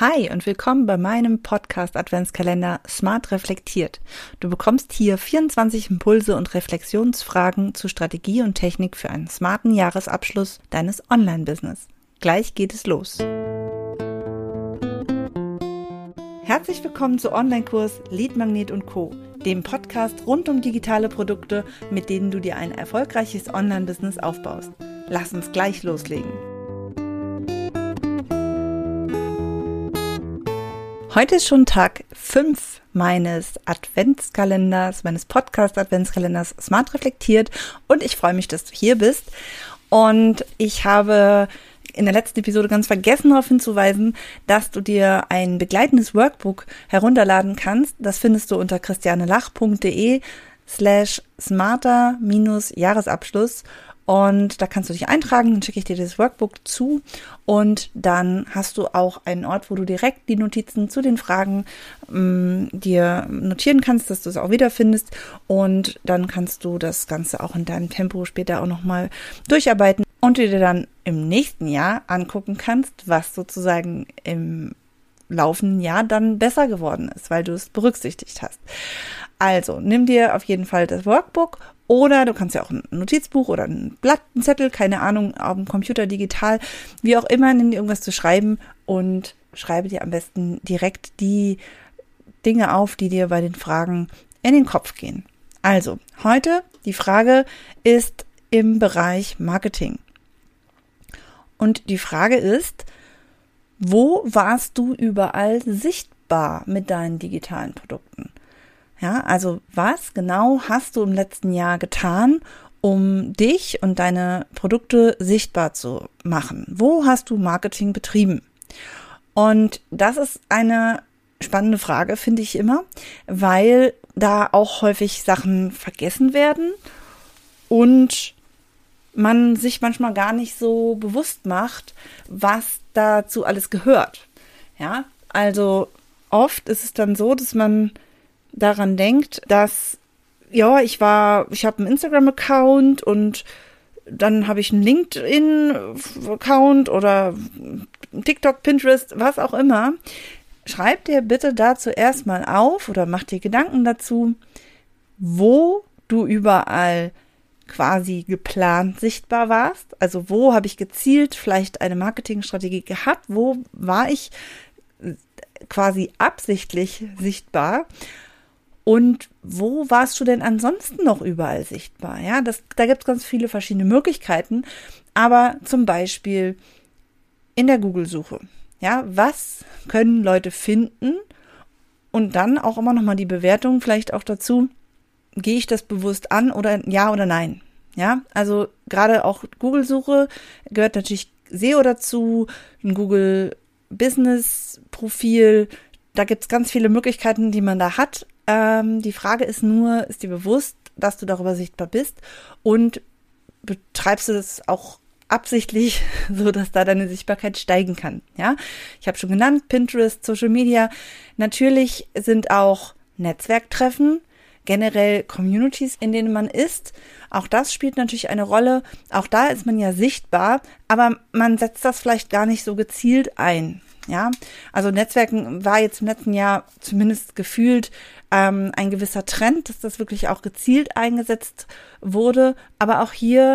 Hi und willkommen bei meinem Podcast Adventskalender Smart Reflektiert. Du bekommst hier 24 Impulse und Reflexionsfragen zu Strategie und Technik für einen smarten Jahresabschluss deines Online-Business. Gleich geht es los. Herzlich willkommen zu Online-Kurs Lead Magnet und Co., dem Podcast rund um digitale Produkte, mit denen du dir ein erfolgreiches Online-Business aufbaust. Lass uns gleich loslegen. Heute ist schon Tag 5 meines Adventskalenders, meines Podcast-Adventskalenders Smart Reflektiert und ich freue mich, dass du hier bist. Und ich habe in der letzten Episode ganz vergessen darauf hinzuweisen, dass du dir ein begleitendes Workbook herunterladen kannst. Das findest du unter christianelach.de/smarter-Jahresabschluss. Und da kannst du dich eintragen, dann schicke ich dir das Workbook zu und dann hast du auch einen Ort, wo du direkt die Notizen zu den Fragen dir notieren kannst, dass du es auch wiederfindest und dann kannst du das Ganze auch in deinem Tempo später auch nochmal durcharbeiten und du dir dann im nächsten Jahr angucken kannst, was sozusagen im laufenden Jahr dann besser geworden ist, weil du es berücksichtigt hast. Also, nimm dir auf jeden Fall das Workbook oder du kannst ja auch ein Notizbuch oder ein Blatt, einen Zettel, keine Ahnung, auf dem Computer, digital, wie auch immer, nimm dir irgendwas zu schreiben und schreibe dir am besten direkt die Dinge auf, die dir bei den Fragen in den Kopf gehen. Also, heute die Frage ist im Bereich Marketing. Und die Frage ist, wo warst du überall sichtbar mit deinen digitalen Produkten? Ja, also was genau hast du im letzten Jahr getan, um dich und deine Produkte sichtbar zu machen? Wo hast du Marketing betrieben? Und das ist eine spannende Frage, finde ich immer, weil da auch häufig Sachen vergessen werden und man sich manchmal gar nicht so bewusst macht, was dazu alles gehört. Ja, also oft ist es dann so, dass man daran denkt, dass, ja, ich habe einen Instagram-Account und dann habe ich einen LinkedIn-Account oder TikTok, Pinterest, was auch immer. Schreib dir bitte dazu erstmal auf oder mach dir Gedanken dazu, wo du überall quasi geplant sichtbar warst. Also wo habe ich gezielt vielleicht eine Marketingstrategie gehabt, wo war ich quasi absichtlich sichtbar und wo warst du denn ansonsten noch überall sichtbar? Ja, da gibt es ganz viele verschiedene Möglichkeiten, aber zum Beispiel in der Google-Suche. Ja, was können Leute finden? Und dann auch immer nochmal die Bewertung vielleicht auch dazu, gehe ich das bewusst an oder ja oder nein? Ja, also gerade auch Google-Suche gehört natürlich SEO dazu, ein Google-Business-Profil, da gibt es ganz viele Möglichkeiten, die man da hat. Die Frage ist nur, ist dir bewusst, dass du darüber sichtbar bist und betreibst du das auch absichtlich, so dass da deine Sichtbarkeit steigen kann. Ja, ich habe schon genannt, Pinterest, Social Media. Natürlich sind auch Netzwerktreffen, generell Communities, in denen man ist. Auch das spielt natürlich eine Rolle. Auch da ist man ja sichtbar, aber man setzt das vielleicht gar nicht so gezielt ein. Ja, also Netzwerken war jetzt im letzten Jahr zumindest gefühlt ein gewisser Trend, dass das wirklich auch gezielt eingesetzt wurde. Aber auch hier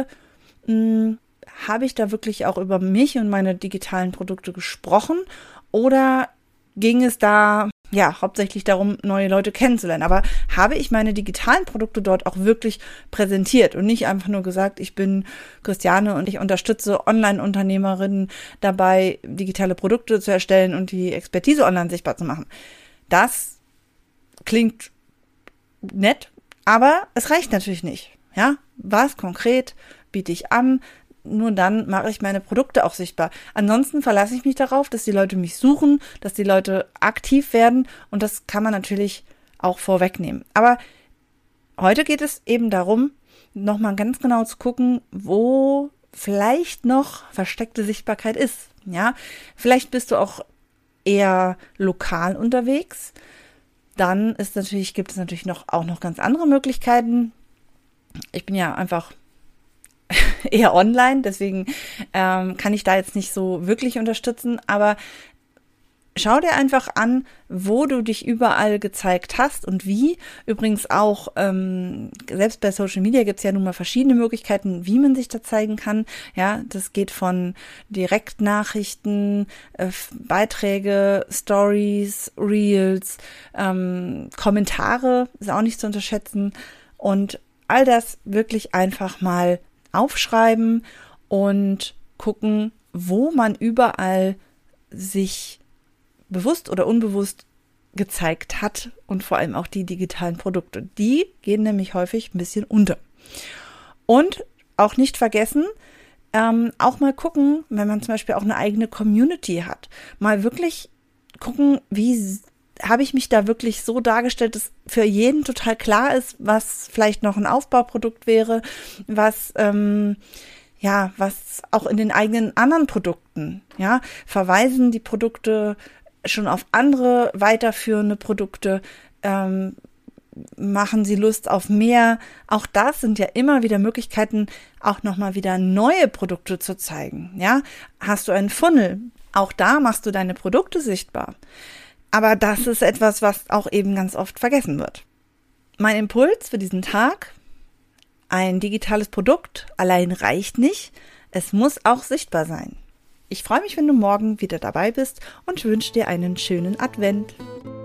habe ich da wirklich auch über mich und meine digitalen Produkte gesprochen oder ging es da ja hauptsächlich darum, neue Leute kennenzulernen. Aber habe ich meine digitalen Produkte dort auch wirklich präsentiert und nicht einfach nur gesagt, ich bin Christiane und ich unterstütze Online-Unternehmerinnen dabei, digitale Produkte zu erstellen und die Expertise online sichtbar zu machen. Das klingt nett, aber es reicht natürlich nicht. Ja, was konkret biete ich an? Nur dann mache ich meine Produkte auch sichtbar. Ansonsten verlasse ich mich darauf, dass die Leute mich suchen, dass die Leute aktiv werden und das kann man natürlich auch vorwegnehmen. Aber heute geht es eben darum, nochmal ganz genau zu gucken, wo vielleicht noch versteckte Sichtbarkeit ist. Ja, vielleicht bist du auch eher lokal unterwegs. Dann gibt es natürlich auch noch ganz andere Möglichkeiten. Ich bin ja einfach eher online, deswegen kann ich da jetzt nicht so wirklich unterstützen, aber Schau dir einfach an, wo du dich überall gezeigt hast und wie. Übrigens auch, selbst bei Social Media gibt es ja nun mal verschiedene Möglichkeiten, wie man sich da zeigen kann. Ja, das geht von Direktnachrichten, Beiträge, Stories, Reels, Kommentare, ist auch nicht zu unterschätzen. Und all das wirklich einfach mal aufschreiben und gucken, wo man überall sich bewusst oder unbewusst gezeigt hat und vor allem auch die digitalen Produkte. Die gehen nämlich häufig ein bisschen unter. Und auch nicht vergessen, auch mal gucken, wenn man zum Beispiel auch eine eigene Community hat, mal wirklich gucken, wie habe ich mich da wirklich so dargestellt, dass für jeden total klar ist, was vielleicht noch ein Aufbauprodukt wäre, was auch in den eigenen anderen Produkten, ja, verweisen die Produkte schon auf andere weiterführende Produkte, machen sie Lust auf mehr. Auch das sind ja immer wieder Möglichkeiten, auch nochmal wieder neue Produkte zu zeigen. Ja, hast du einen Funnel? Auch da machst du deine Produkte sichtbar. Aber das ist etwas, was auch eben ganz oft vergessen wird. Mein Impuls für diesen Tag: Ein digitales Produkt allein reicht nicht. Es muss auch sichtbar sein. Ich freue mich, wenn du morgen wieder dabei bist und wünsche dir einen schönen Advent.